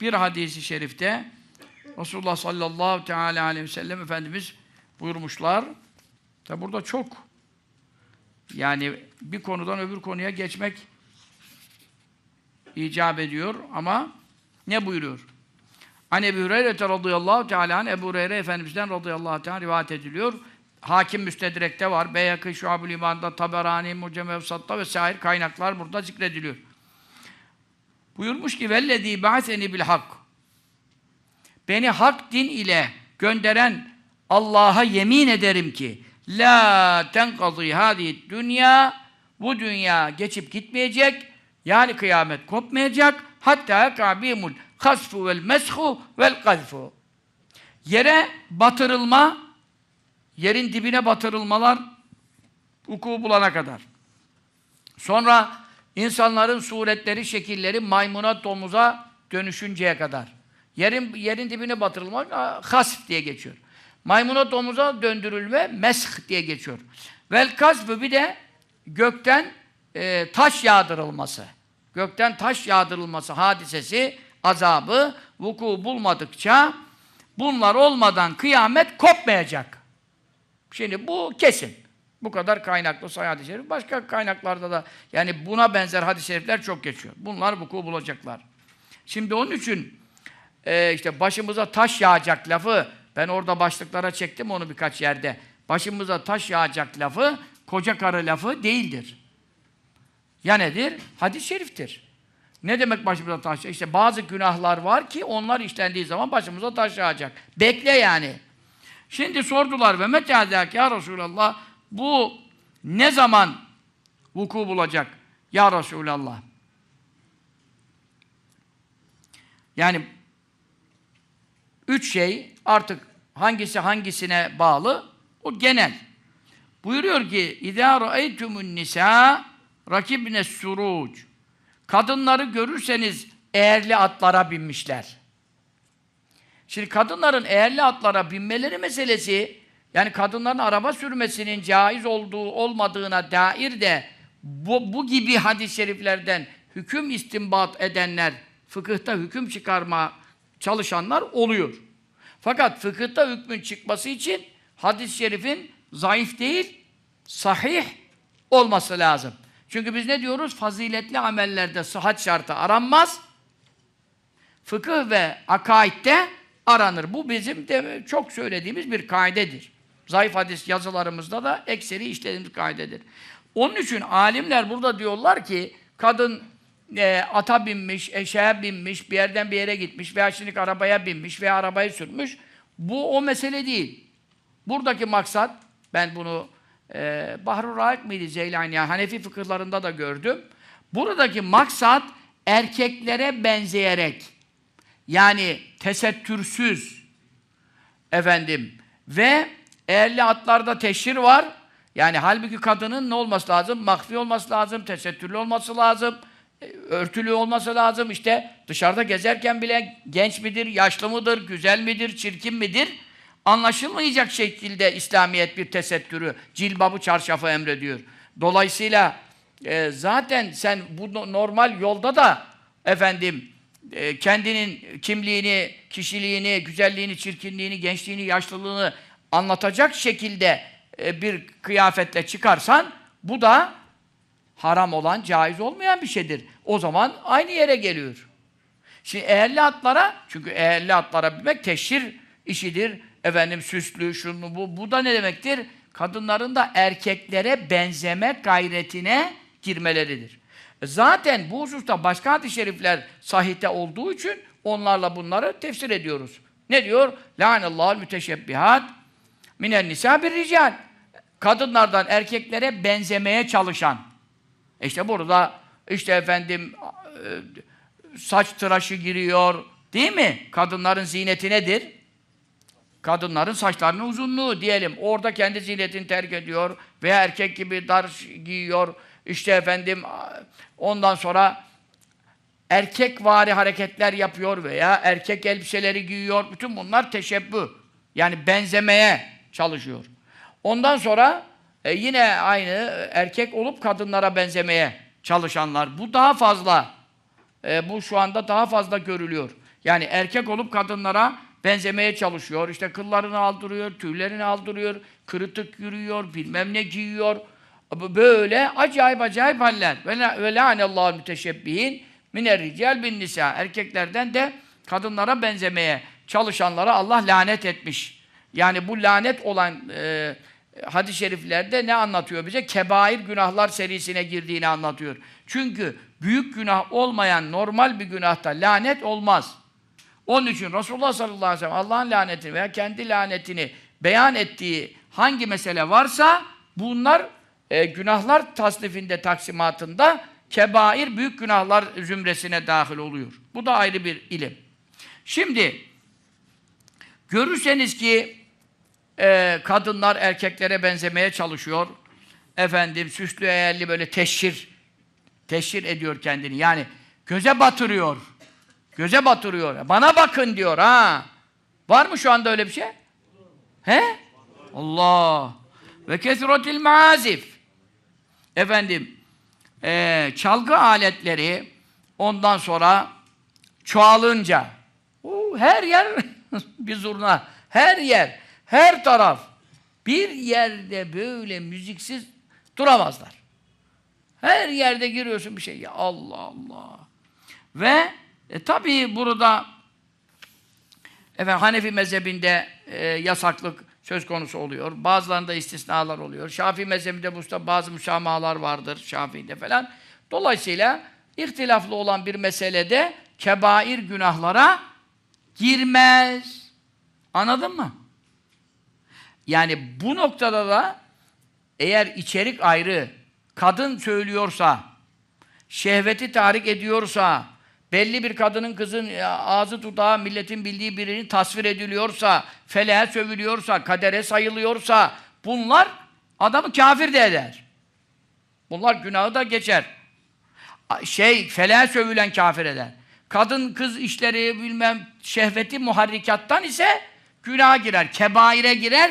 bir hadisi şerifte Resulullah sallallahu teala aleyhi ve sellem Efendimiz buyurmuşlar. Tabi burada çok yani bir konudan öbür konuya geçmek icap ediyor ama ne buyuruyor? Ebu Hureyre radıyallahu teala anh, Ebu Hureyre Efendimiz'den radıyallahu teala rivayet ediliyor. Hakim Müstedrek'te var. Beyhakî Şuab-ül İman'da, Taberani, Mucem-i Evsat'ta ve sair kaynaklar burada zikrediliyor. Buyurmuş ki vellezî ba'seni bil hak. Beni hak din ile gönderen Allah'a yemin ederim ki la tenkazî hâzî dünya, bu dünya geçip gitmeyecek, yani kıyamet kopmayacak, hatta kâbîmul hasfu vel meshu vel gazfu. Yere batırılma, yerin dibine batırılmalar vuku bulana kadar. Sonra insanların suretleri, şekilleri maymuna, domuza dönüşünceye kadar. Yerin dibine batırılmak hasf diye geçiyor. Maymuna, domuza döndürülme mesh diye geçiyor. Vel kasbu, bir de gökten taş yağdırılması. Gökten taş yağdırılması hadisesi, azabı vuku bulmadıkça, bunlar olmadan kıyamet kopmayacak. Şimdi bu kesin. Bu kadar kaynaklı sayı hadis-i şerif. Başka kaynaklarda da yani buna benzer hadis-i şerifler çok geçiyor. Bunlar vuku bulacaklar. Şimdi onun için işte başımıza taş yağacak lafı, ben orada başlıklara çektim onu birkaç yerde. Başımıza taş yağacak lafı, koca karı lafı değildir. Ya nedir? Hadis-i şeriftir. Ne demek başımıza taş yağacak? İşte bazı günahlar var ki onlar işlendiği zaman başımıza taş yağacak. Bekle yani. Şimdi sordular ve metâzâk ya Resulallah, bu ne zaman vuku bulacak ya Resulallah? Yani üç şey artık hangisi hangisine bağlı? O genel. Buyuruyor ki İzâ ra'eytümün nisâ rakibnes surûc. Kadınları görürseniz eğerli atlara binmişler. Şimdi kadınların eğerli atlara binmeleri meselesi, yani kadınların araba sürmesinin caiz olduğu olmadığına dair de bu gibi hadis-i şeriflerden hüküm istinbat edenler, fıkıhta hüküm çıkarma çalışanlar oluyor. Fakat fıkıhta hükmün çıkması için hadis-i şerifin zayıf değil, sahih olması lazım. Çünkü biz ne diyoruz? Faziletli amellerde sıhhat şartı aranmaz. Fıkıh ve akaidde aranır. Bu bizim de çok söylediğimiz bir kaidedir. Zayıf hadis yazılarımızda da ekseri işlediğimiz kaidedir. Onun için alimler burada diyorlar ki kadın ata binmiş, eşeğe binmiş, bir yerden bir yere gitmiş veya şimdi arabaya binmiş veya arabayı sürmüş. Bu o mesele değil. Buradaki maksat, ben bunu Bahr-ı Raik miydi Zeylani? Hanefi fıkıhlarında da gördüm. Buradaki maksat erkeklere benzeyerek, yani tesettürsüz ve eğerli atlarda teşhir var. Yani halbuki kadının ne olması lazım? Mahfi olması lazım, tesettürlü olması lazım, örtülü olması lazım. İşte dışarıda gezerken bile genç midir, yaşlı mıdır, güzel midir, çirkin midir? Anlaşılmayacak şekilde İslamiyet bir tesettürü, cilbabı, çarşafı emrediyor. Dolayısıyla zaten sen bu normal yolda da kendinin kimliğini, kişiliğini, güzelliğini, çirkinliğini, gençliğini, yaşlılığını anlatacak şekilde bir kıyafetle çıkarsan, bu da haram olan, caiz olmayan bir şeydir. O zaman aynı yere geliyor. Şimdi eğerli atlara, çünkü eğerli atlara binmek teşhir işidir. Süslü, şunu, bu da ne demektir? Kadınların da erkeklere benzeme gayretine girmeleridir. Zaten bu hususta başka hadis-i şerifler sahihte olduğu için onlarla bunları tefsir ediyoruz. Ne diyor? Lâneallâhul müteşebbihat minen nisâ bir rical. Kadınlardan erkeklere benzemeye çalışan. İşte burada saç tıraşı giriyor. Değil mi? Kadınların ziyneti nedir? Kadınların saçlarının uzunluğu diyelim. Orada kendi ziynetini terk ediyor veya erkek gibi dar giyiyor. Ondan sonra erkekvari hareketler yapıyor veya erkek elbiseleri giyiyor. Bütün bunlar teşebbüh. Yani benzemeye çalışıyor. Ondan sonra yine aynı erkek olup kadınlara benzemeye çalışanlar. Bu daha fazla. Bu şu anda daha fazla görülüyor. Yani erkek olup kadınlara benzemeye çalışıyor. İşte kıllarını aldırıyor, tüylerini aldırıyor, kırıtık yürüyor, bilmem ne giyiyor. Böyle acayip acayip haller. Ve lâneallâhu müteşebbihin miner rical bin nisa. Erkeklerden de kadınlara benzemeye çalışanlara Allah lanet etmiş. Yani bu lanet olan hadis-i şeriflerde ne anlatıyor bize? Kebair günahlar serisine girdiğini anlatıyor. Çünkü büyük günah olmayan normal bir günahta lanet olmaz. Onun için Resulullah sallallahu aleyhi ve sellem Allah'ın lanetini veya kendi lanetini beyan ettiği hangi mesele varsa bunlar günahlar tasnifinde, taksimatında kebair büyük günahlar zümresine dahil oluyor. Bu da ayrı bir ilim. Şimdi görürseniz ki kadınlar erkeklere benzemeye çalışıyor. Efendim süslü eğerli böyle teşhir ediyor kendini. Yani göze batırıyor. Göze batırıyor. Bana bakın diyor ha. Var mı şu anda öyle bir şey? He? Allah. Ve kesratil maazif. Efendim çalgı aletleri ondan sonra çoğalınca her yer bir zurna. Her yer, her taraf. Bir yerde böyle müziksiz duramazlar. Her yerde giriyorsun bir şey. Ya Allah Allah. Ve tabii burada Hanefi mezhebinde yasaklık söz konusu oluyor. Bazılarında istisnalar oluyor. Şafii mezhebinde bu usta bazı müsamahalar vardır Şafii'de falan. Dolayısıyla ihtilaflı olan bir meselede kebair günahlara girmez. Anladın mı? Yani bu noktada da eğer içerik ayrı, kadın söylüyorsa, şehveti tahrik ediyorsa, belli bir kadının kızın ağzı dudağı milletin bildiği birini tasvir ediliyorsa, feleğe sövülüyorsa, kadere sayılıyorsa bunlar adamı kafir de eder. Bunlar günahı da geçer. Feleğe sövülen kafir eder. Kadın kız işleri bilmem şehveti muharrikattan ise günaha girer, kebaire girer.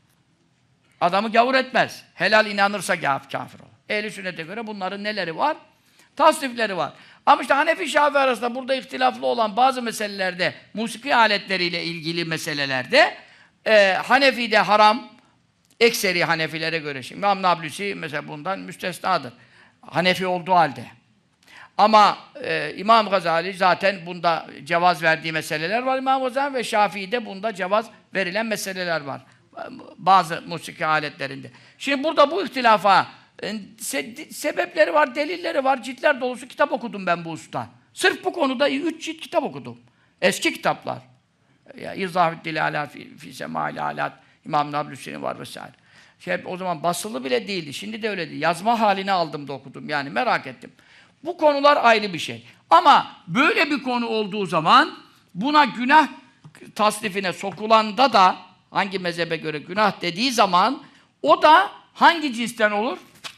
Adamı gavur etmez. Helal inanırsa kafir olur. Ehl-i sünnete göre bunların neleri var? Tasnifleri var. Ama işte Hanefi Şafii arasında burada ihtilaflı olan bazı meselelerde, musiki aletleriyle ilgili meselelerde Hanefi'de haram, ekseri Hanefilere göre. Şimdi İmam Nablusi mesela bundan müstesnadır. Hanefi olduğu halde. Ama İmam Gazali zaten bunda cevaz verdiği meseleler var. İmam Gazali ve Şafii'de bunda cevaz verilen meseleler var. Bazı musiki aletlerinde. Şimdi burada bu ihtilafa sebepleri var, delilleri var, ciltler dolusu kitap okudum ben bu usta. Sırf bu konuda 3 cilt kitap okudum. Eski kitaplar. İzâhü'd Dilâlât fî semâil âlât, İmam Nablusi'nin var vesaire. O zaman basılı bile değildi. Şimdi de öyle değil. Yazma halini aldım da okudum. Yani merak ettim. Bu konular ayrı bir şey. Ama böyle bir konu olduğu zaman buna günah tasnifine sokulanda da hangi mezhebe göre günah dediği zaman o da hangi cinsten olur?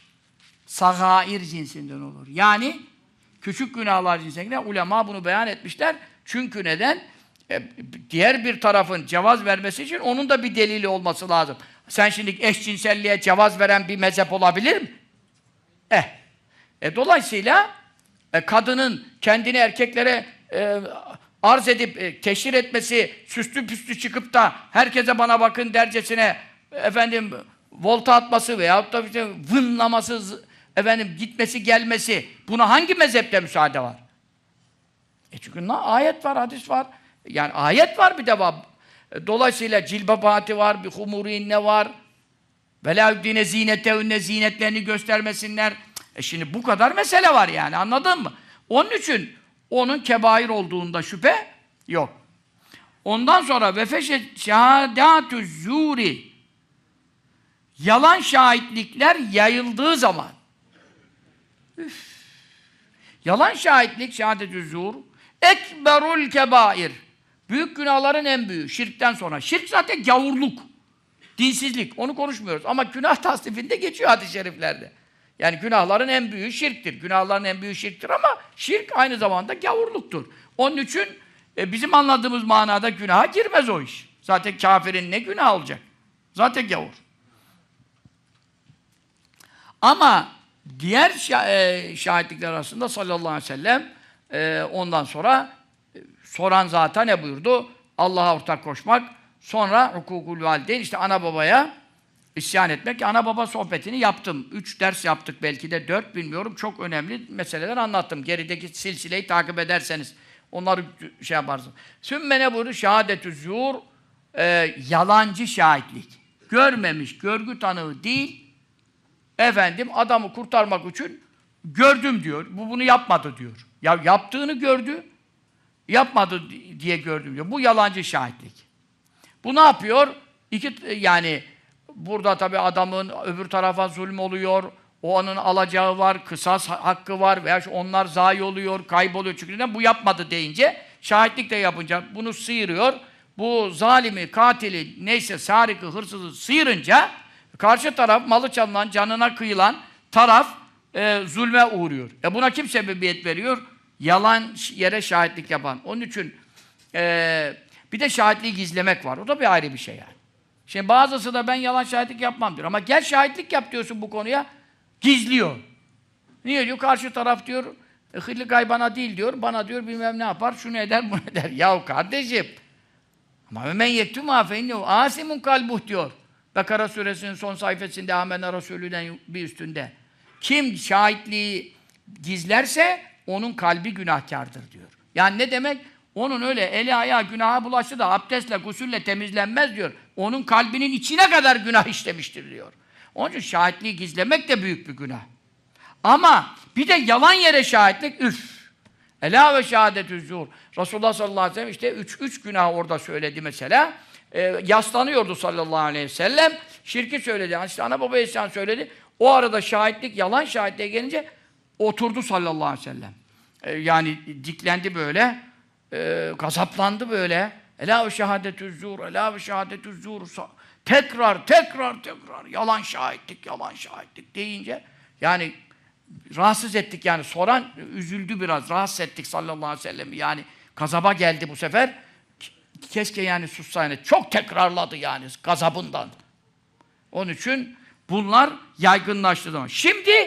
Sagair cinsinden olur. Yani küçük günahlar cinsinden. Ulema bunu beyan etmişler. Çünkü neden? Diğer bir tarafın cevaz vermesi için onun da bir delili olması lazım. Sen şimdi eşcinselliğe cevaz veren bir mezhep olabilir mi? Dolayısıyla kadının kendini erkeklere arz edip teşhir etmesi, süslü püslü çıkıp da herkese bana bakın dercesine volta atması veyahut da işte vınlaması, gitmesi gelmesi, buna hangi mezhepte müsaade var? Çünkü ayet var, hadis var. Yani ayet var bir de var. Dolayısıyla cilbabati var, bir humuriinne var. Velâ yübdîne zînetehünne, zinetlerini göstermesinler. Şimdi bu kadar mesele var yani, anladın mı? Onun için onun kebair olduğunda şüphe yok. Ondan sonra vefeşe şehâdâtü zûri, yalan şahitlikler yayıldığı zaman, yalan şahitlik, şehâdetü zûr, ekberul kebair, büyük günahların en büyüğü, şirkten sonra. Şirk zaten gavurluk, dinsizlik, onu konuşmuyoruz. Ama günah tasnifinde geçiyor hadis-i şeriflerde. Yani günahların en büyüğü şirktir. Günahların en büyüğü şirktir ama şirk aynı zamanda gavurluktur. Onun için bizim anladığımız manada günaha girmez o iş. Zaten kafirin ne günah olacak? Zaten gavur. Ama diğer şahitlikler arasında sallallahu aleyhi ve sellem ondan sonra soran zata ne buyurdu? Allah'a ortak koşmak, sonra hukukul valideyn, işte ana babaya isyan etmek. Ana baba sohbetini yaptım. 3 ders yaptık, belki de 4, bilmiyorum. Çok önemli meseleler anlattım. Gerideki silsileyi takip ederseniz onları şey yaparsınız. Sümme ne buyurdu? Şehadetü zuhur, yalancı şahitlik. Görmemiş, görgü tanığı değil. Efendim, adamı kurtarmak için gördüm diyor. Bu bunu yapmadı diyor. Ya yaptığını gördü, yapmadı diye gördüm diyor. Bu yalancı şahitlik. Bu ne yapıyor? Yani burada tabii adamın öbür tarafa zulüm oluyor. O onun alacağı var, kısas hakkı var veya onlar zayi oluyor, kayboluyor. Çünkü neden? Bu yapmadı deyince, şahitlik de yapınca bunu sıyırıyor. Bu zalimi, katili, neyse sarıkı, hırsızı sıyırınca karşı taraf, malı çalınan, canına kıyılan taraf zulme uğruyor. Buna kim sebebiyet veriyor? Yalan yere şahitlik yapan. Onun için bir de şahitliği gizlemek var. O da bir ayrı bir şey yani. Şimdi bazısı da ben yalan şahitlik yapmam diyor. Ama gel şahitlik yap diyorsun bu konuya, gizliyor. Niye diyor? Karşı taraf diyor, hırlı gaybana değil diyor, bana diyor bilmem ne yapar, şunu eder, bunu eder. Yahu kardeşim, ama men yektûmâ fe innehu âsimun kalbuh diyor. Bekara suresinin son sayfasında Âmena Resulü'den bir üstünde. Kim şahitliği gizlerse onun kalbi günahkârdır diyor. Yani ne demek? Onun öyle eli ayağı günaha bulaştı da abdestle, gusülle temizlenmez diyor. Onun kalbinin içine kadar günah işlemiştir diyor. Onun için şahitliği gizlemek de büyük bir günah. Ama bir de yalan yere şahitlik, üf! Elâ ve şehâdetü zuhur. Resulullah sallallahu aleyhi ve sellem işte üç günah orada söyledi mesela. Yaslanıyordu sallallahu aleyhi ve sellem. Şirki söyledi. Yani işte ana baba isyan söyledi. O arada şahitlik, yalan şahitliğe gelince oturdu sallallahu aleyhi ve sellem. Yani diklendi böyle. Gazaplandı böyle. Elâ ve şehâdetü zuhur, elâ ve şehâdetü zuhur. Tekrar yalan şahitlik deyince yani rahatsız ettik yani. Soran üzüldü biraz. Rahatsız ettik sallallahu aleyhi ve sellem. Yani gazaba geldi bu sefer. Keşke yani sussa yani. Çok tekrarladı yani gazabından. Onun için bunlar yaygınlaştı zaman. Şimdi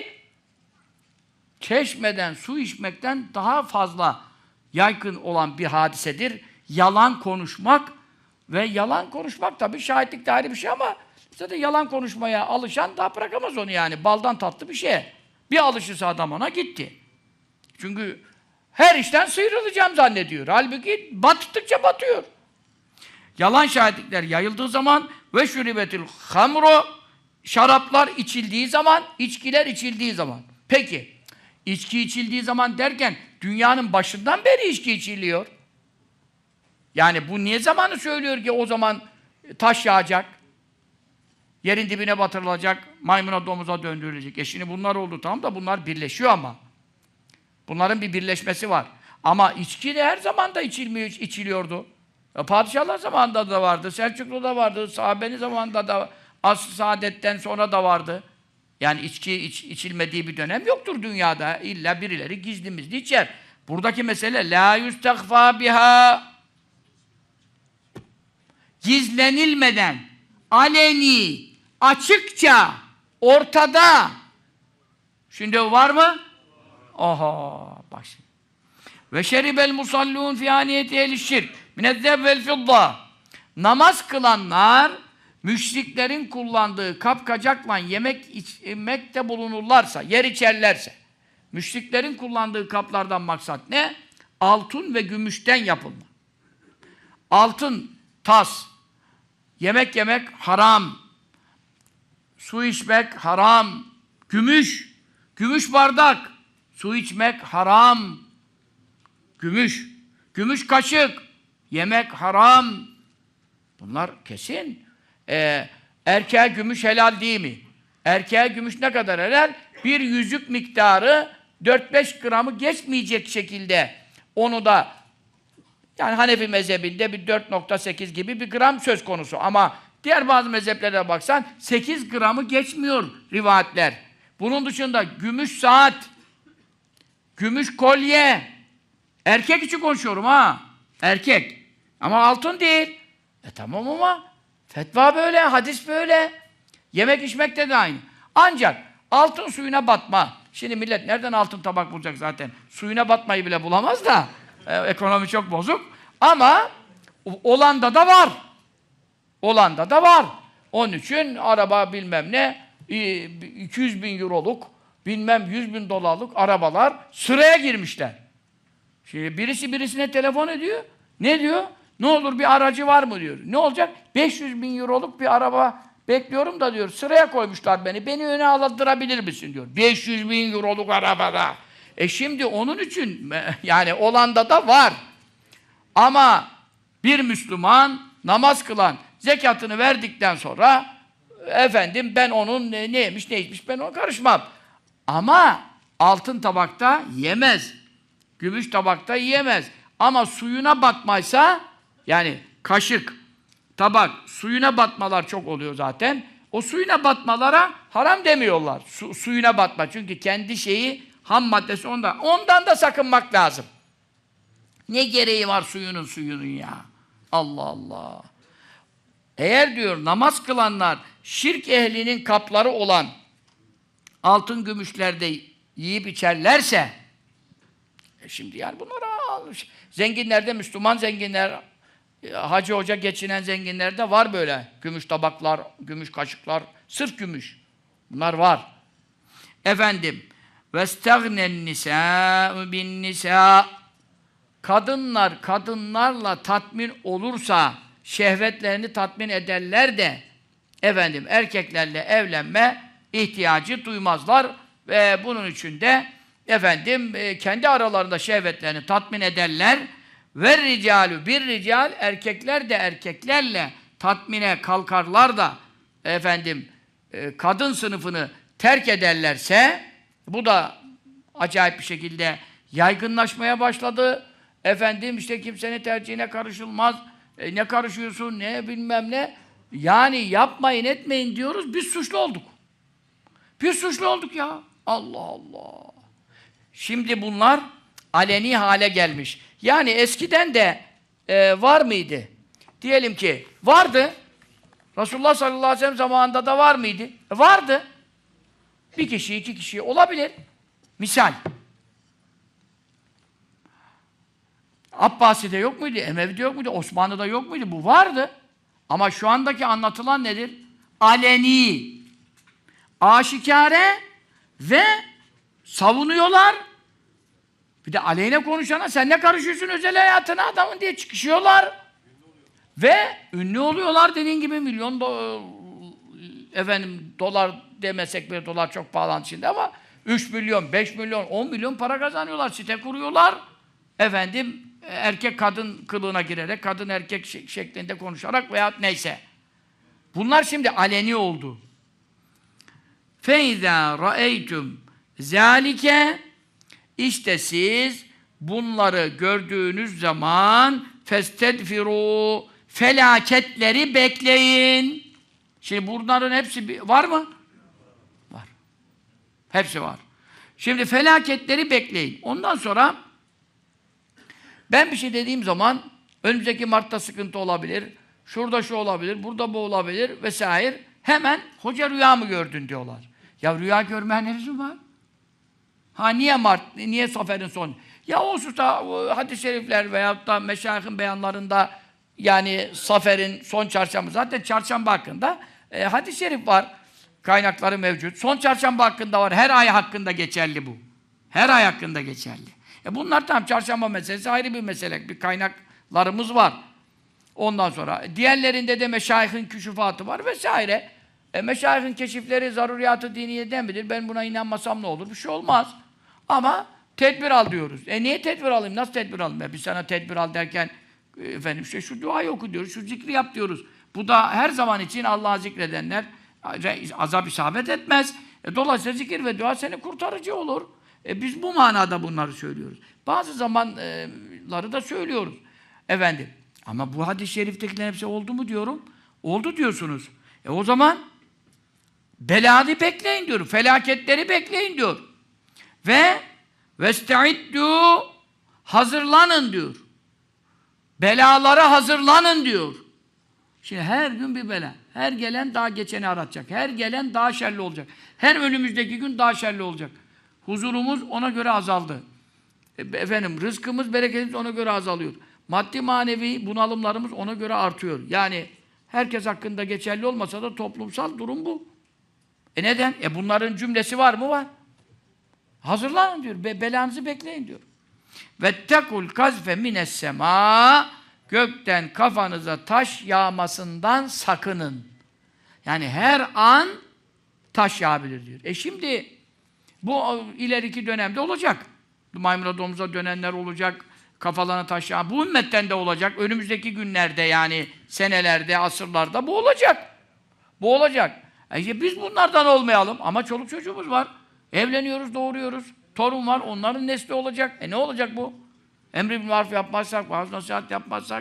çeşmeden su içmekten daha fazla yaygın olan bir hadisedir. Yalan konuşmak ve yalan konuşmak tabii şahitlik de ayrı bir şey ama zaten yalan konuşmaya alışan daha bırakamaz onu yani. Baldan tatlı bir şey. Bir alışırsa adam ona gitti. Çünkü her işten sıyrılacağım zannediyor. Halbuki battıkça batıyor. Yalan şahitlikler yayıldığı zaman ve şuribetil hamru, şaraplar içildiği zaman, içkiler içildiği zaman. Peki, içki içildiği zaman derken dünyanın başından beri içki içiliyor. Yani bu niye zamanı söylüyor ki o zaman taş yağacak, yerin dibine batırılacak, maymuna domuza döndürülecek. Şimdi bunlar oldu tamam da bunlar birleşiyor ama. Bunların bir birleşmesi var. Ama içki de her zaman da içiliyordu. Padişahlar zamanında da vardı, Selçuklu'da vardı, sahabenin zamanında da, Asr-ı Saadet'ten sonra da vardı. Yani içki içilmediği bir dönem yoktur dünyada. İlla birileri gizlimizli içer. Buradaki mesele la yustakfâ biha, gizlenilmeden, aleni, açıkça, ortada. Şimdi var mı? Oha! Bak şimdi. Ve şeribel musallûn fî âniyeti ehlişşirk minezzeb vel fidda. Namaz kılanlar müşriklerin kullandığı kapkacakla yemek içmekte bulunurlarsa, yer içerlerse, müşriklerin kullandığı kaplardan maksat ne? Altın ve gümüşten yapılma. Altın, tas, yemek yemek haram, su içmek haram, gümüş bardak, su içmek haram, gümüş kaşık, yemek haram. Bunlar kesin. Erkeğe gümüş helal değil mi? Erkeğe gümüş ne kadar helal? Bir yüzük miktarı 4-5 gramı geçmeyecek şekilde onu da yani Hanefi mezhebinde bir 4,8 gibi bir gram söz konusu. Ama diğer bazı mezheplere baksan 8 gramı geçmiyor rivayetler. Bunun dışında gümüş saat, gümüş kolye, erkek için konuşuyorum ha. Erkek. Ama altın değil. Tamam ama fetva böyle, hadis böyle. Yemek içmekte de aynı. Ancak altın suyuna batma. Şimdi millet nereden altın tabak bulacak zaten? Suyuna batmayı bile bulamaz da. Ekonomi çok bozuk. Ama olanda da var. Olanda da var. Onun için araba bilmem ne 200 bin euroluk bilmem 100 bin dolarlık arabalar sıraya girmişler. Şimdi birisi birisine telefon ediyor. Ne diyor? Ne olur bir aracı var mı diyor. Ne olacak? 500 bin euroluk bir araba bekliyorum da diyor. Sıraya koymuşlar beni. Beni öne aldırabilir misin diyor. 500 bin euroluk arabada. Şimdi onun için yani olanda da var. Ama bir Müslüman namaz kılan zekatını verdikten sonra efendim ben onun ne yemiş ne içmiş ben ona karışmam. Ama altın tabakta yemez. Gümüş tabakta yiyemez. Ama suyuna batmaysa yani kaşık, tabak, suyuna batmalar çok oluyor zaten. O suyuna batmalara haram demiyorlar. Suyuna batma. Çünkü kendi şeyi ham maddesi ondan. Ondan da sakınmak lazım. Ne gereği var suyunun ya? Allah Allah. Eğer diyor namaz kılanlar şirk ehlinin kapları olan altın gümüşlerde yiyip içerlerse şimdi yani bunlara zenginlerde Müslüman zenginler hacı hoca geçinen zenginlerde var böyle. Gümüş tabaklar, gümüş kaşıklar, sırf gümüş. Bunlar var. Efendim vestaghnen nisâ'u bin nisâ kadınlar kadınlarla tatmin olursa şehvetlerini tatmin ederler de efendim erkeklerle evlenme ihtiyacı duymazlar ve bunun için de efendim kendi aralarında şehvetlerini tatmin ederler ve ricalu bir rical erkekler de erkeklerle tatmine kalkarlar da efendim kadın sınıfını terk ederlerse bu da acayip bir şekilde yaygınlaşmaya başladı. Efendim işte kimsenin tercihine karışılmaz. Ne karışıyorsun ne bilmem ne. Yani yapmayın etmeyin diyoruz biz suçlu olduk. Biz suçlu olduk ya. Allah Allah. Şimdi bunlar aleni hale gelmiş. Yani eskiden de var mıydı? Diyelim ki vardı. Resulullah sallallahu aleyhi ve sellem zamanında da var mıydı? Vardı. Bir kişi, iki kişi olabilir. Misal. Abbasi'de yok muydu? Emevi'de yok muydu? Osmanlı'da yok muydu? Bu vardı. Ama şu andaki anlatılan nedir? Aleni. Aşikare ve savunuyorlar. Bir de aleyhine konuşana sen ne karışıyorsun özel hayatına adamın diye çıkışıyorlar. Ve ünlü oluyorlar dediğin gibi milyon efendim dolar demesek bir dolar çok pahalı şimdi ama 3 milyon, 5 milyon, 10 milyon para kazanıyorlar. Site kuruyorlar. Efendim erkek kadın kılığına girerek, kadın erkek şeklinde konuşarak veya neyse. Bunlar şimdi aleni oldu. فَاِذَا رَأَيْتُمْ ذَٰلِكَ İşte siz bunları gördüğünüz zaman فَاسْتَدْفِرُوا felaketleri bekleyin. Şimdi bunların hepsi var mı? Var. Hepsi var. Şimdi felaketleri bekleyin. Ondan sonra ben bir şey dediğim zaman önümüzdeki Mart'ta sıkıntı olabilir, şurada şu olabilir, burada bu olabilir vesaire. Hemen hoca rüya mı gördün diyorlar. Ya rüya görmeyen neresi var? Ha niye Mart, niye Safer'in sonu? Ya o hususta hadis-i şerifler veyahut da meşayihin beyanlarında yani Safer'in son çarşamba, zaten çarşamba hakkında hadis-i şerif var. Kaynakları mevcut. Son çarşamba hakkında var. Her ay hakkında geçerli bu. Her ay hakkında geçerli. Bunlar tam çarşamba meselesi ayrı bir mesele. Bir kaynaklarımız var. Ondan sonra diğerlerinde de meşayihin küşufatı var vesaire. Meşayihin keşifleri zaruriyat-ı diniyeden bilir. Ben buna inanmasam ne olur? Bir şey olmaz. Ama tedbir al diyoruz. Niye tedbir alayım? Nasıl tedbir alayım? Biz sana tedbir al derken efendim işte şu duayı oku diyoruz, şu zikri yap diyoruz. Bu da her zaman için Allah'ı zikredenler azap isabet etmez. Dolayısıyla zikir ve dua seni kurtarıcı olur. Biz bu manada bunları söylüyoruz. Bazı zamanları da söylüyoruz. Efendim. Ama bu hadis-i şeriftekilerin hepsi oldu mu diyorum? Oldu diyorsunuz. O zaman belayı bekleyin diyor. Felaketleri bekleyin diyor. Ve vestaiddu hazırlanın diyor. Belalara hazırlanın diyor. Şimdi her gün bir bela. Her gelen daha geçeni aratacak. Her gelen daha şerli olacak. Her önümüzdeki gün daha şerli olacak. Huzurumuz ona göre azaldı. Efendim rızkımız, bereketimiz ona göre azalıyor. maddi manevi bunalımlarımız ona göre artıyor. Yani herkes hakkında geçerli olmasa da toplumsal durum bu. Neden? Bunların cümlesi var mı? Var. Hazırlanın diyor. Belanızı bekleyin diyor. Vettekul kazfe mines sema, gökten kafanıza taş yağmasından sakının. Yani her an taş yağabilir diyor. Şimdi bu ileriki dönemde olacak. Maymuna domuza dönenler olacak. Kafalarına taş yağ. Bu ümmetten de olacak. Önümüzdeki günlerde yani senelerde, asırlarda bu olacak. Bu olacak. Biz bunlardan olmayalım. Ama çoluk çocuğumuz var. Evleniyoruz, doğuruyoruz. Torun var. Onların nesli olacak. Ne olacak bu? Emri bil maruf yapmazsak, vaaz nasihat yapmazsak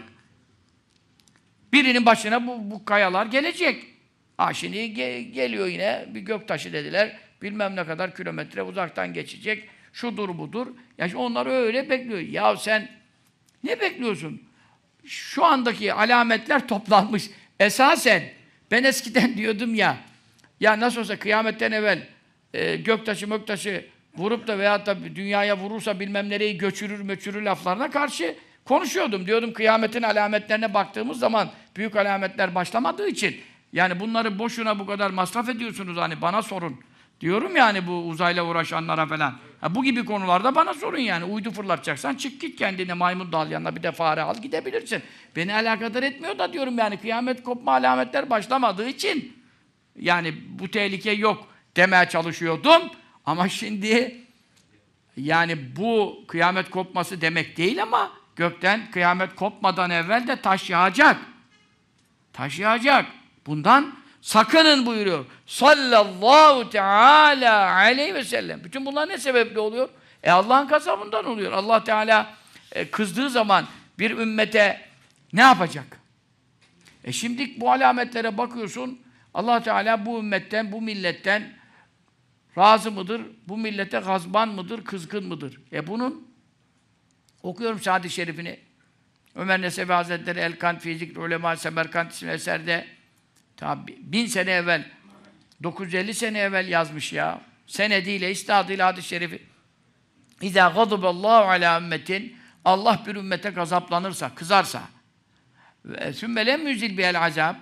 birinin başına bu kayalar gelecek. Şimdi geliyor yine bir göktaşı dediler. Bilmem ne kadar kilometre uzaktan geçecek. Şudur budur. Onlar öyle bekliyor. Ya sen ne bekliyorsun? Şu andaki alametler toplanmış. Esasen ben eskiden diyordum ya nasıl olsa kıyametten evvel göktaşı vurup da veyahut da dünyaya vurursa bilmem nereyi göçürür laflarına karşı konuşuyordum. Diyordum kıyametin alametlerine baktığımız zaman büyük alametler başlamadığı için yani bunları boşuna bu kadar masraf ediyorsunuz hani bana sorun. Diyorum yani bu uzayla uğraşanlara falan. Bu gibi konularda bana sorun yani. Uydu fırlatacaksan çık git kendine maymun dal yanına bir de fare al gidebilirsin. Beni alakadar etmiyor da diyorum yani kıyamet kopma alametler başlamadığı için yani bu tehlike yok demeye çalışıyordum. Ama şimdi yani bu kıyamet kopması demek değil ama gökten kıyamet kopmadan evvel de taş yağacak. Taş yağacak. Bundan sakının buyuruyor. Sallallahu teala aleyhi ve sellem. Bütün bunlar ne sebeple oluyor? Allah'ın gazabından oluyor. Allah Teala kızdığı zaman bir ümmete ne yapacak? Şimdi bu alametlere bakıyorsun. Allah Teala bu ümmetten, bu milletten razı mıdır? Bu millete gazban mıdır? Kızgın mıdır? Bunun okuyorum Sadi Şerif'ini. Ömer Nesevi Hazretleri El-Kant fi Zikr Ulema Semerkant isimli eserde tabi 1000 sene evvel 950 sene evvel yazmış ya. Senediyle, istadıyla hadis-i şerifi. İzâ gazıballahu alâ ümmetin Allah bir ümmete gazaplanırsa, kızarsa ve sümme lem yüzil bihel azab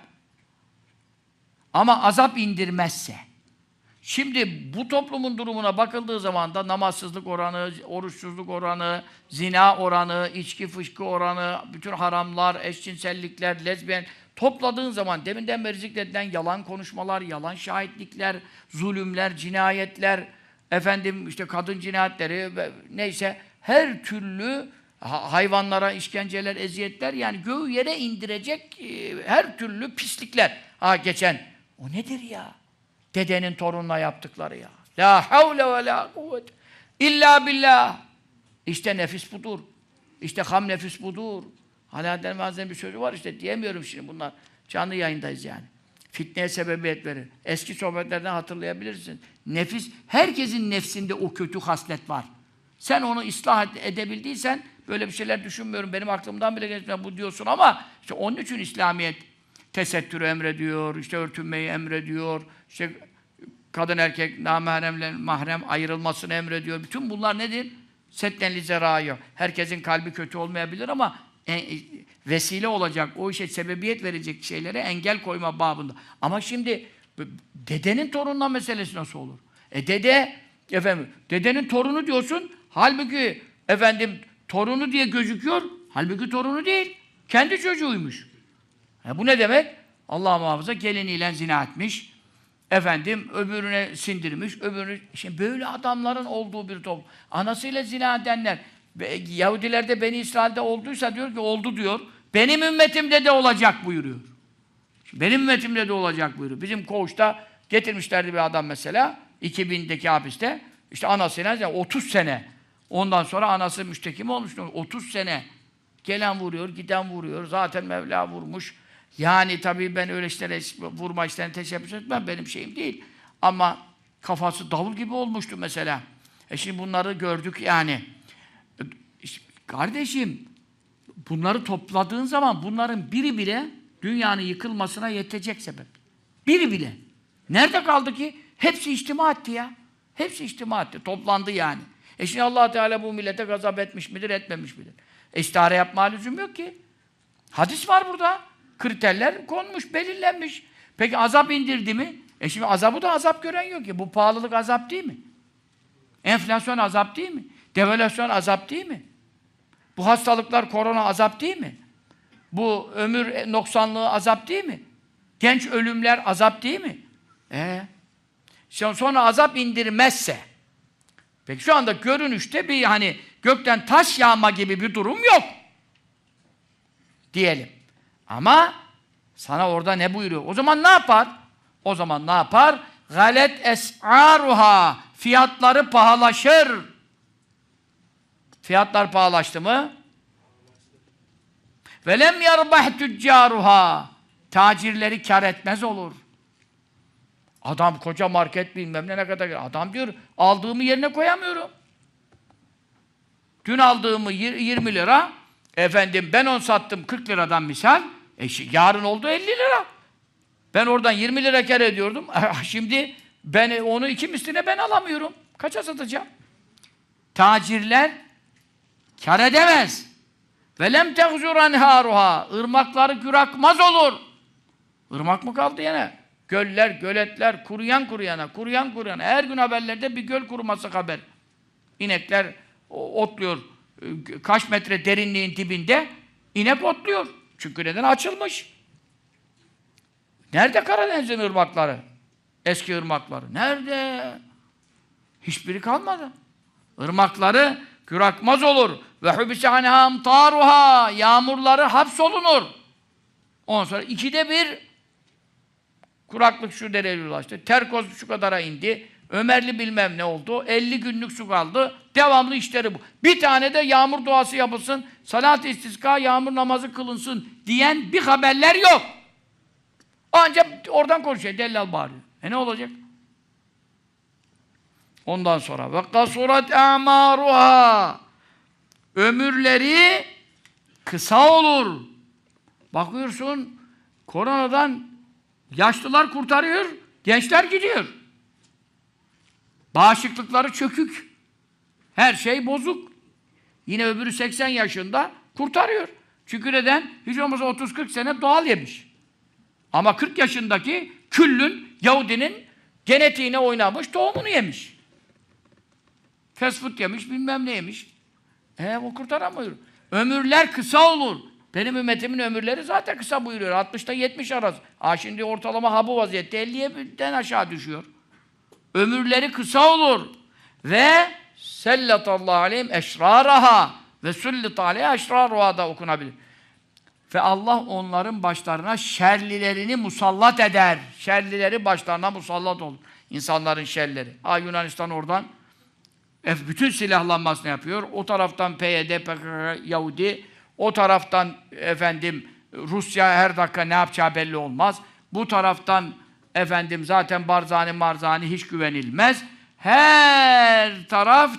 ama azap indirmezse. Şimdi bu toplumun durumuna bakıldığı zaman da namazsızlık oranı, oruçsuzluk oranı, zina oranı, içki fışkı oranı, bütün haramlar, eşcinsellikler, lezbiyen topladığın zaman deminden beri zikredilen yalan konuşmalar, yalan şahitlikler, zulümler, cinayetler, işte kadın cinayetleri neyse her türlü hayvanlara işkenceler, eziyetler yani göğü yere indirecek her türlü pislikler. Geçen o nedir ya? Dedenin torununa yaptıkları ya. La havle ve la kuvvet illa billah. İşte nefis budur. İşte ham nefis budur. Alaaddin Hazretleri'nin bir sözü var işte diyemiyorum şimdi bunlar. Canlı yayındayız yani. Fitneye sebebiyet verir. Eski sohbetlerden hatırlayabilirsin. Nefis, herkesin nefsinde o kötü haslet var. Sen onu ıslah edebildiysen böyle bir şeyler düşünmüyorum. Benim aklımdan bile geçmiyor bu diyorsun ama işte onun için İslamiyet tesettürü emrediyor, işte örtünmeyi emrediyor, işte kadın erkek namahremle mahrem ayrılmasını emrediyor. Bütün bunlar nedir? Setten li zerâyo. Herkesin kalbi kötü olmayabilir ama vesile olacak, o işe sebebiyet verecek şeylere engel koyma babında. Ama şimdi dedenin torununa meselesi nasıl olur? Dedenin torunu diyorsun, halbuki torunu diye gözüküyor, halbuki torunu değil, kendi çocuğuymuş. Bu ne demek? Allah muhafaza geliniyle zina etmiş, öbürüne sindirmiş, şimdi böyle adamların olduğu bir toplum. Anasıyla zina edenler, Yahudilerde Beni İsrail'de olduysa diyor ki oldu diyor. Benim ümmetimde de olacak buyuruyor. Benim ümmetimde de olacak buyuruyor. Bizim koğuşta getirmişlerdi bir adam mesela 2000'deki hapiste. İşte anasıyla 30 sene. Ondan sonra anası müştekim olmuş. 30 sene. Gelen vuruyor, giden vuruyor. Zaten Mevla vurmuş. Yani tabii ben öyle işlere vurma işlerine teşebbüs etmem. Benim şeyim değil. Ama kafası davul gibi olmuştu mesela. Şimdi bunları gördük yani. Kardeşim, bunları topladığın zaman bunların biri bile dünyanın yıkılmasına yetecek sebep. Biri bile. Nerede kaldı ki? Hepsi içtima etti ya. Hepsi içtima etti. Toplandı yani. Şimdi Allah Teala bu millete gazap etmiş midir, etmemiş midir? İstihare yapma lüzum yok ki. Hadis var burada. Kriterler konmuş, belirlenmiş. Peki azap indirdi mi? Şimdi azabı da azap gören yok ki. Bu pahalılık azap değil mi? Enflasyon azap değil mi? Devalüasyon azap değil mi? Bu hastalıklar, korona azap değil mi? Bu ömür noksanlığı azap değil mi? Genç ölümler azap değil mi? Sonra azap indirmezse, peki şu anda görünüşte bir hani gökten taş yağma gibi bir durum yok. Diyelim. Ama sana orada ne buyuruyor? O zaman ne yapar? O zaman ne yapar? Galet es'aruha. Fiyatları pahalaşır. Fiyatlar pahalaştı mı? Ve lem yerbah tüccaruha. Tacirleri kar etmez olur. Adam koca market bilmem ne kadar. Adam diyor, aldığımı yerine koyamıyorum. Dün aldığımı 20 lira, efendim ben 10 sattım 40 liradan misal, yarın oldu 50 lira. Ben oradan 20 lira kar ediyordum. Şimdi ben onu 2 misline ben alamıyorum. Kaça satacağım? Tacirler kar edemez. Ve lem tehzur enharuha. Irmakları gür akmaz olur. Irmak mı kaldı yine? Göller, göletler, kuruyan kuruyana. Her gün haberlerde bir göl kuruması haber. İnekler otluyor. Kaç metre derinliğin dibinde inek otluyor. Çünkü neden? Açılmış. Nerede Karadeniz'in ırmakları? Eski ırmakları. Nerede? Hiçbiri kalmadı. Irmakları gür akmaz olur. Ve hubise anha amtaruha. Yağmurları hapsolunur. Ondan sonra 2'de 1 kuraklık şu dereceye ulaştı. Terkoz şu kadara indi. Ömerli bilmem ne oldu. 50 günlük su kaldı. Devamlı işleri bu. Bir tane de yağmur duası yapılsın. Salat-ı istisqa, yağmur namazı kılınsın diyen bir haberler yok. Ancak oradan konuşuyor. Dellal bağırıyor. Ne olacak? Ondan sonra ve kasurat a'maruha. Ömürleri kısa olur. Bakıyorsun koronadan yaşlılar kurtarıyor, gençler gidiyor. Bağışıklıkları çökük. Her şey bozuk. Yine öbürü 80 yaşında kurtarıyor. Çünkü neden? Hiç olmazsa 30-40 sene doğal yemiş. Ama 40 yaşındaki küllün Yahudinin genetiğine oynamış, tohumunu yemiş. Fast food yemiş, bilmem ne yemiş. O kurtaramıyor. Ömürler kısa olur. Benim ümmetimin ömürleri zaten kısa buyuruyor. 60'ta 70 arası. Şimdi ortalama bu vaziyette 50'den aşağı düşüyor. Ömürleri kısa olur. Ve sellatallahu aleyhim eşraraha ve sullit aleyha eşraruha da okunabilir. Ve Allah onların başlarına şerlilerini musallat eder. Şerlileri başlarına musallat olur. İnsanların şerleri. Yunanistan oradan bütün silahlanmasını yapıyor. O taraftan PYD, PKK, Yahudi, o taraftan efendim Rusya her dakika ne yapacağı belli olmaz. Bu taraftan efendim zaten Barzani hiç güvenilmez. Her taraf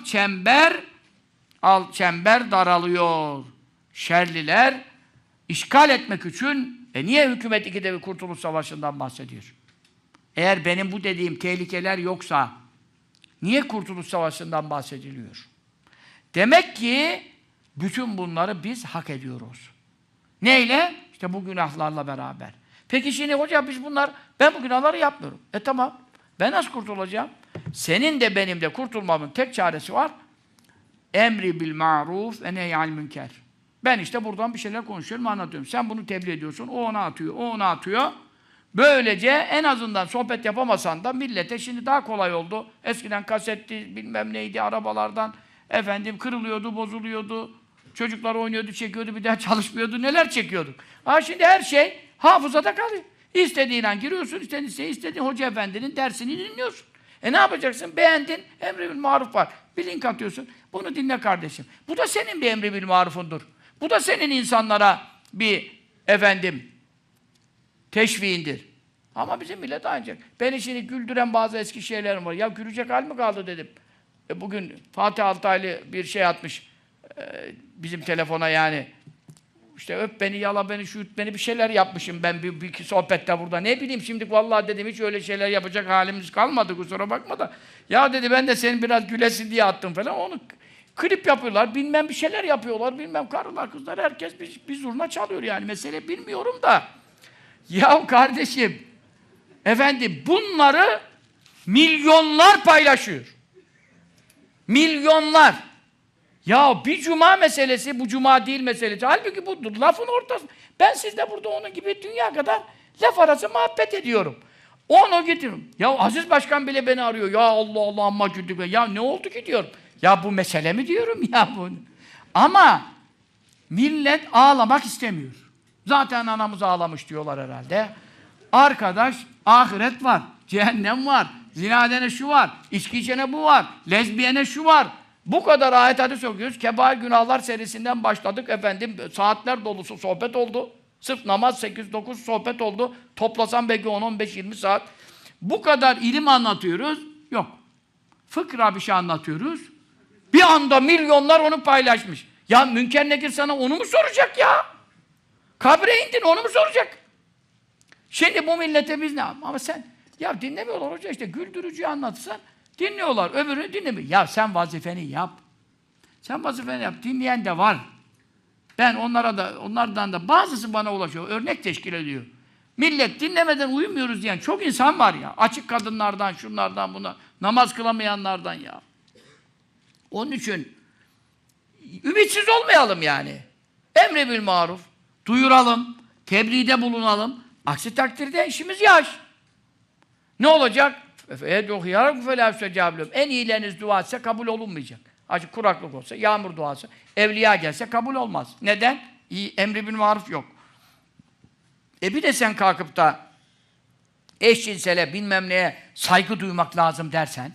çember daralıyor. Şerliler işgal etmek için niye hükümet 2'de bir Kurtuluş Savaşı'ndan bahsediyor? Eğer benim bu dediğim tehlikeler yoksa niye Kurtuluş Savaşı'ndan bahsediliyor? Demek ki bütün bunları biz hak ediyoruz. Neyle? İşte bu günahlarla beraber. Peki şimdi hoca ben bu günahları yapmıyorum. Tamam. Ben nasıl kurtulacağım? Senin de benim de kurtulmamın tek çaresi var. Emri bil ma'ruf ve nehy'anil münker. Ben işte buradan bir şeyler konuşuyorum, anlatıyorum. Sen bunu tebliğ ediyorsun, o ona atıyor. Böylece en azından sohbet yapamasan da millete şimdi daha kolay oldu. Eskiden kasetti, bilmem neydi, arabalardan kırılıyordu, bozuluyordu. Çocuklar oynuyordu, çekiyordu, bir daha çalışmıyordu. Neler çekiyorduk? Şimdi her şey hafızada kalıyor. İstediğin an giriyorsun, istediğin hoca efendinin dersini dinliyorsun. Ne yapacaksın? Beğendin, emri bil maruf var. Bir link atıyorsun. Bunu dinle kardeşim. Bu da senin bir emri bil marufundur. Bu da senin insanlara bir teşviğindir. Ama bizim millet ancak. Beni şimdi güldüren bazı eski şeylerim var. Ya gülecek hal mi kaldı dedim. Bugün Fatih Altaylı bir şey atmış. Bizim telefona yani. İşte öp beni, yala beni, şut beni bir şeyler yapmışım ben bir sohbette burada. Ne bileyim şimdi vallahi dedim hiç öyle şeyler yapacak halimiz kalmadı kusura bakma da. Ya dedi ben de seni biraz gülesin diye attım falan. Onu Klip yapıyorlar, bilmem bir şeyler yapıyorlar, bilmem karılar, kızlar, herkes bir zurna çalıyor yani. Mesele bilmiyorum da. Ya kardeşim, efendim bunları milyonlar paylaşıyor. Milyonlar. Ya bir cuma meselesi, bu cuma değil meselesi. Halbuki bu lafın ortası. Ben sizde burada onun gibi dünya kadar laf arası muhabbet ediyorum. Onu getiriyorum. Ya Aziz Başkan bile beni arıyor. Ya Allah Allah amma güldük. Ya ne oldu ki diyorum. Ya bu mesele mi diyorum ya bu. Ama millet ağlamak istemiyor. Zaten anamız ağlamış diyorlar herhalde. Arkadaş, ahiret var, cehennem var, zina edene şu var, içki içene bu var, lezbiyene şu var. Bu kadar ayet hadis okuyoruz. Kebair günahlar serisinden başladık efendim. Saatler dolusu sohbet oldu. Sırf namaz 8-9 sohbet oldu. Toplasam belki 10-15-20 saat. Bu kadar ilim anlatıyoruz. Yok. Fıkra bir şey anlatıyoruz. Bir anda milyonlar onu paylaşmış. Ya Münker Nekir sana onu mu soracak ya? Kabre indin onu mu soracak? Şimdi bu millete biz ne yapalım? Ama sen ya dinlemiyorlar hoca işte güldürücüyü anlatsan dinliyorlar. Öbürünü dinlemiyor. Ya sen vazifeni yap. Sen vazifeni yap. Dinleyen de var. Ben onlardan da bazısı bana ulaşıyor. Örnek teşkil ediyor. Millet dinlemeden uyumuyoruz diyen çok insan var ya. Açık kadınlardan, şunlardan, buna namaz kılamayanlardan ya. Onun için ümitsiz olmayalım yani. Emri bil maruf. Duyuralım. Tebliğde bulunalım. Aksi takdirde işimiz yaş. Ne olacak? En iyileriniz dua etse kabul olunmayacak. Acı kuraklık olsa, yağmur duası, evliya gelse kabul olmaz. Neden? Emri bil maruf yok. Bir de sen kalkıp da eşcinsele bilmem neye saygı duymak lazım dersen,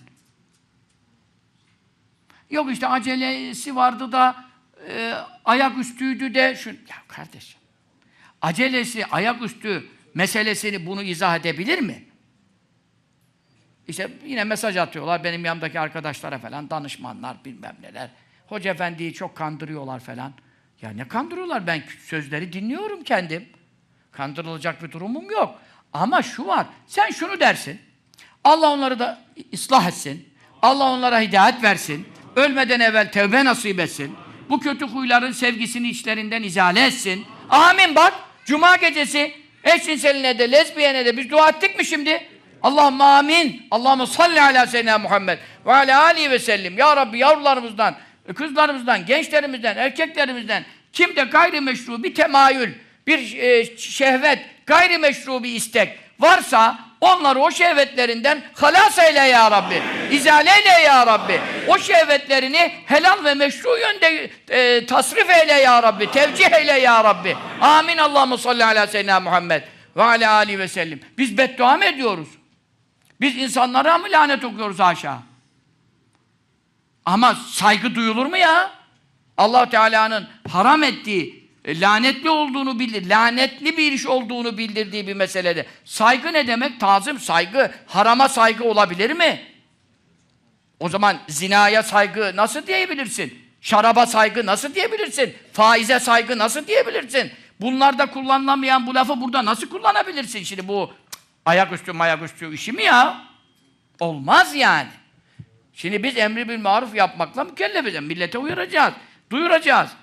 yok işte acelesi vardı da ayaküstüydü de şu. Ya kardeşim, acelesi, ayaküstü meselesini bunu izah edebilir mi? İşte yine mesaj atıyorlar benim yanımdaki arkadaşlara falan, danışmanlar bilmem neler. Hoca efendiyi çok kandırıyorlar falan. Ya ne kandırıyorlar? Ben sözleri dinliyorum kendim. Kandırılacak bir durumum yok. Ama şu var, sen şunu dersin. Allah onları da ıslah etsin. Allah onlara hidayet versin. Ölmeden evvel tevbe nasip etsin. Bu kötü huyların sevgisini içlerinden izale etsin. Amin bak. Cuma gecesi eşcinseline de lezbiyene de biz dua ettik mi şimdi? Allahümme amin. Allahümme salli ala seyyidina Muhammed ve ala alihi ve sellim. Ya Rabbi yavrularımızdan, kızlarımızdan, gençlerimizden, erkeklerimizden kimde gayrimeşru bir temayül, bir şehvet, gayrimeşru bir istek varsa onları o şehvetlerinden halas eyle ya Rabbi. İzale eyle ya Rabbi. O şehvetlerini helal ve meşru yönde tasrif eyle ya Rabbi. Tevcih eyle ya Rabbi. Amin. Allahümme salli ala seyyidina Muhammed ve ala alihi ve sellim. Biz beddua mı ediyoruz? Biz insanlara mı lanet okuyoruz haşa? Ama saygı duyulur mu ya? Allah Teala'nın haram ettiği, lanetli olduğunu bildir, lanetli bir iş olduğunu bildirdiği bir meselede. Saygı ne demek? Tazim, saygı. Harama saygı olabilir mi? O zaman zinaya saygı nasıl diyebilirsin? Şaraba saygı nasıl diyebilirsin? Faize saygı nasıl diyebilirsin? Bunlarda kullanılamayan bu lafı burada nasıl kullanabilirsin? Şimdi bu ayaküstü işi mi ya? Olmaz yani. Şimdi biz emri bil maruf yapmakla mükellefiz. Millete uyaracağız, duyuracağız.